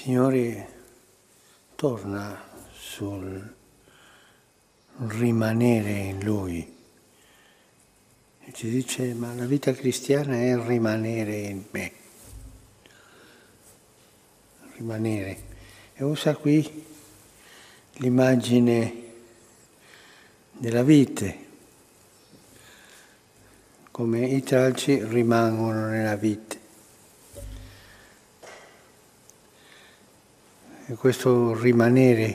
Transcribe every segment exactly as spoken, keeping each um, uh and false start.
Signore torna sul rimanere in Lui e ci dice: ma la vita cristiana è rimanere in me. Rimanere. E usa qui l'immagine della vite, come i tralci rimangono nella vite. E questo rimanere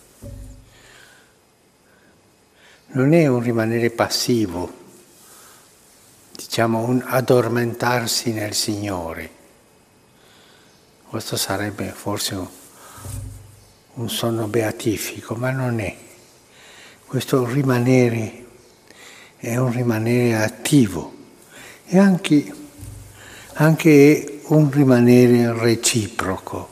non è un rimanere passivo, diciamo un addormentarsi nel Signore. Questo sarebbe forse un, un sonno beatifico, ma non è. Questo rimanere è un rimanere attivo e anche, anche un rimanere reciproco.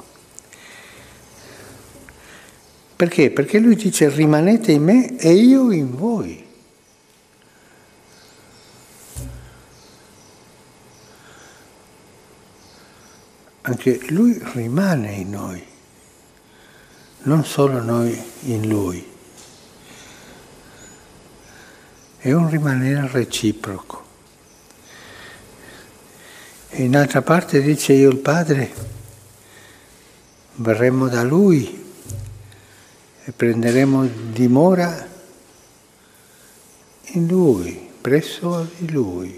Perché? Perché lui dice: rimanete in me e io in voi. Anche lui rimane in noi, non solo noi in lui. È un rimanere reciproco. E in altra parte dice: io e il Padre verremo da lui e prenderemo dimora in Lui, presso di Lui.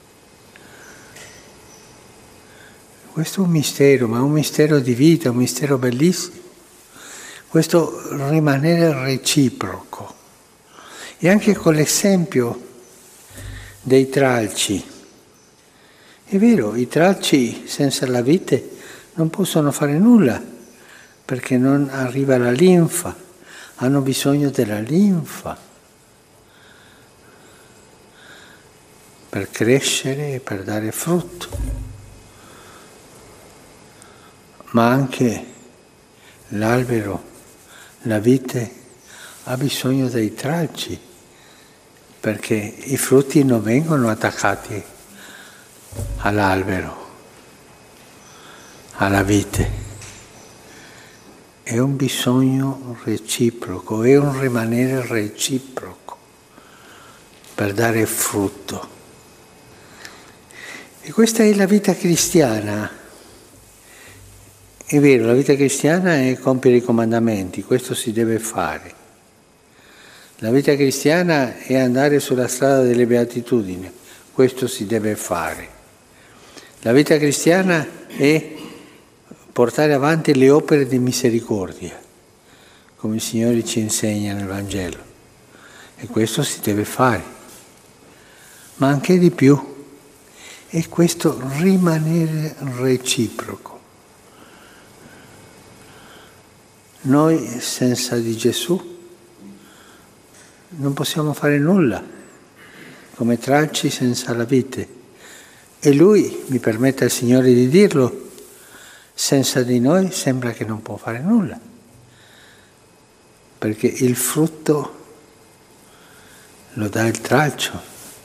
Questo è un mistero, ma è un mistero di vita, un mistero bellissimo. Questo rimanere reciproco. E anche con l'esempio dei tralci. È vero, i tralci senza la vite non possono fare nulla, perché non arriva la linfa. Hanno bisogno della linfa per crescere e per dare frutto. Ma anche l'albero, la vite, ha bisogno dei tralci, perché i frutti non vengono attaccati all'albero, alla vite. È un bisogno reciproco, è un rimanere reciproco per dare frutto. E questa è la vita cristiana. È vero, la vita cristiana è compiere i comandamenti, questo si deve fare. La vita cristiana è andare sulla strada delle beatitudini, questo si deve fare. La vita cristiana è portare avanti le opere di misericordia, come il Signore ci insegna nel Vangelo. E questo si deve fare. Ma anche di più, è questo rimanere reciproco. Noi senza di Gesù non possiamo fare nulla, come tralci senza la vite. E Lui, mi permette il Signore di dirlo, senza di noi sembra che non può fare nulla, perché il frutto lo dà il tralcio,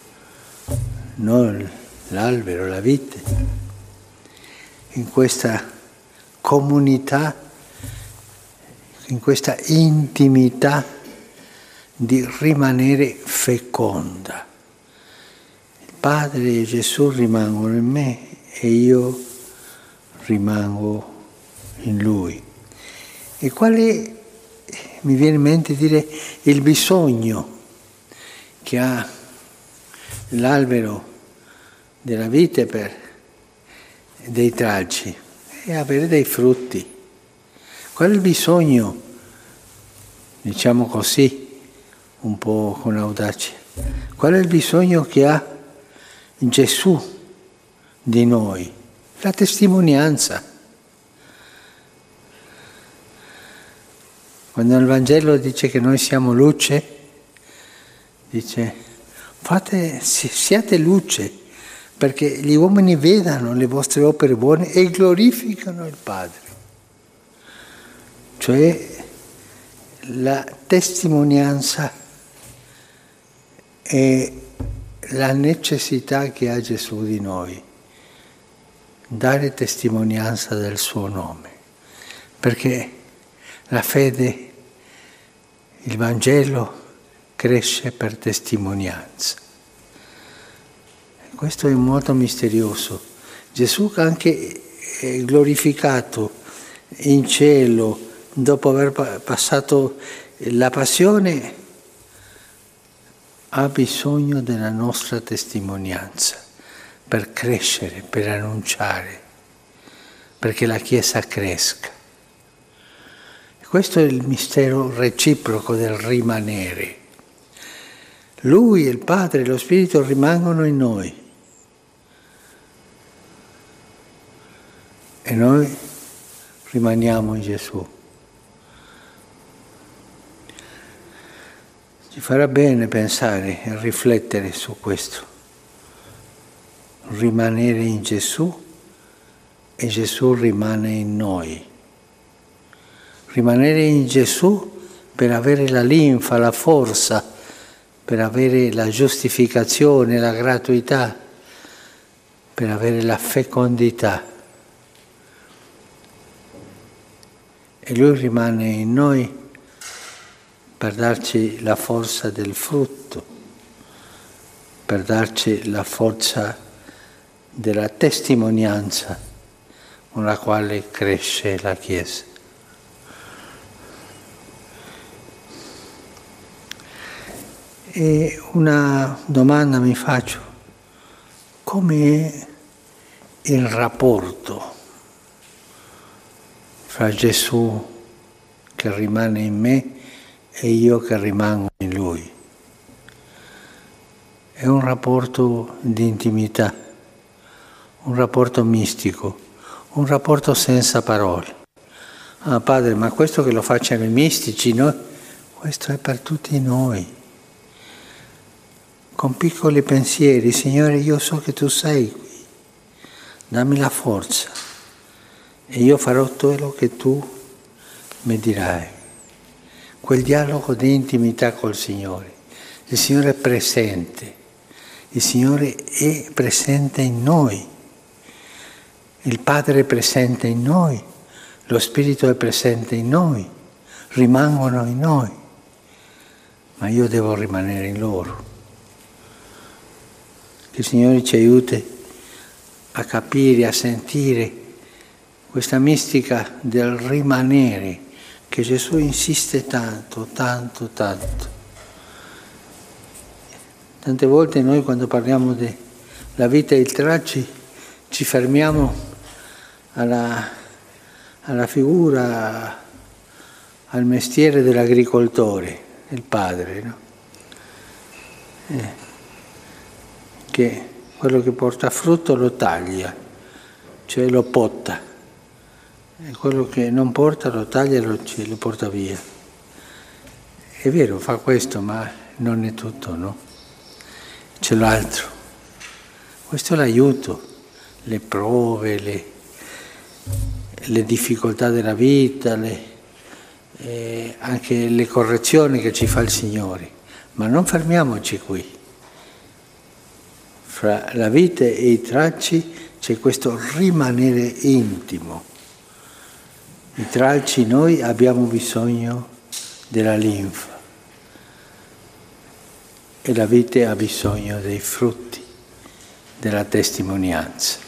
non l'albero, la vite. In questa comunità, in questa intimità di rimanere feconda. Il Padre e Gesù rimangono in me e io rimango in Lui. E qual è, mi viene in mente dire, il bisogno che ha l'albero della vite per dei tralci? È avere dei frutti. Qual è il bisogno, diciamo così, un po' con audacia, qual è il bisogno che ha Gesù di noi? La testimonianza. Quando il Vangelo dice che noi siamo luce, dice: fate, siate luce, perché gli uomini vedano le vostre opere buone e glorificano il Padre. Cioè la testimonianza è la necessità che ha Gesù di noi. Dare testimonianza del suo nome. perché la fede, il Vangelo cresce per testimonianza. Questo è molto misterioso. Gesù anche glorificato in cielo, dopo aver passato la passione, ha bisogno della nostra testimonianza per crescere, per annunciare, perché la Chiesa cresca. Questo è il mistero reciproco del rimanere. Lui, il Padre e lo Spirito rimangono in noi e noi rimaniamo in Gesù. Ci farà bene pensare e riflettere su questo. Rimanere in Gesù e Gesù rimane in noi. Rimanere in Gesù per avere la linfa, la forza, per avere la giustificazione, la gratuità, per avere la fecondità. E Lui rimane in noi per darci la forza del frutto, per darci la forza della testimonianza con la quale cresce la Chiesa. E una domanda mi faccio: com'è il rapporto fra Gesù che rimane in me e io che rimango in Lui? È un rapporto di intimità, un rapporto mistico, un rapporto senza parole. Ah, Padre, ma questo che lo facciano i mistici, no? Questo è per tutti noi. Con piccoli pensieri: Signore, io so che Tu sei qui, dammi la forza e io farò quello che Tu mi dirai. Quel dialogo di intimità col Signore. Il Signore è presente, il Signore è presente in noi, il Padre è presente in noi, lo Spirito è presente in noi, rimangono in noi, ma io devo rimanere in loro. Che il Signore ci aiuti a capire, a sentire questa mistica del rimanere, che Gesù insiste tanto, tanto, tanto. Tante volte noi quando parliamo della vita e il tracci ci fermiamo alla, alla figura, al mestiere dell'agricoltore, il padre, no? Eh. Che quello che porta frutto lo taglia, cioè lo potta, e quello che non porta lo taglia e lo, lo porta via. È vero, fa questo, ma non è tutto, no? C'è l'altro. Questo è l'aiuto, le prove, le, le difficoltà della vita, le, eh, anche le correzioni che ci fa il Signore. Ma non fermiamoci qui. Fra la vite e i tralci c'è questo rimanere intimo. I tralci, noi abbiamo bisogno della linfa e la vite ha bisogno dei frutti, della testimonianza.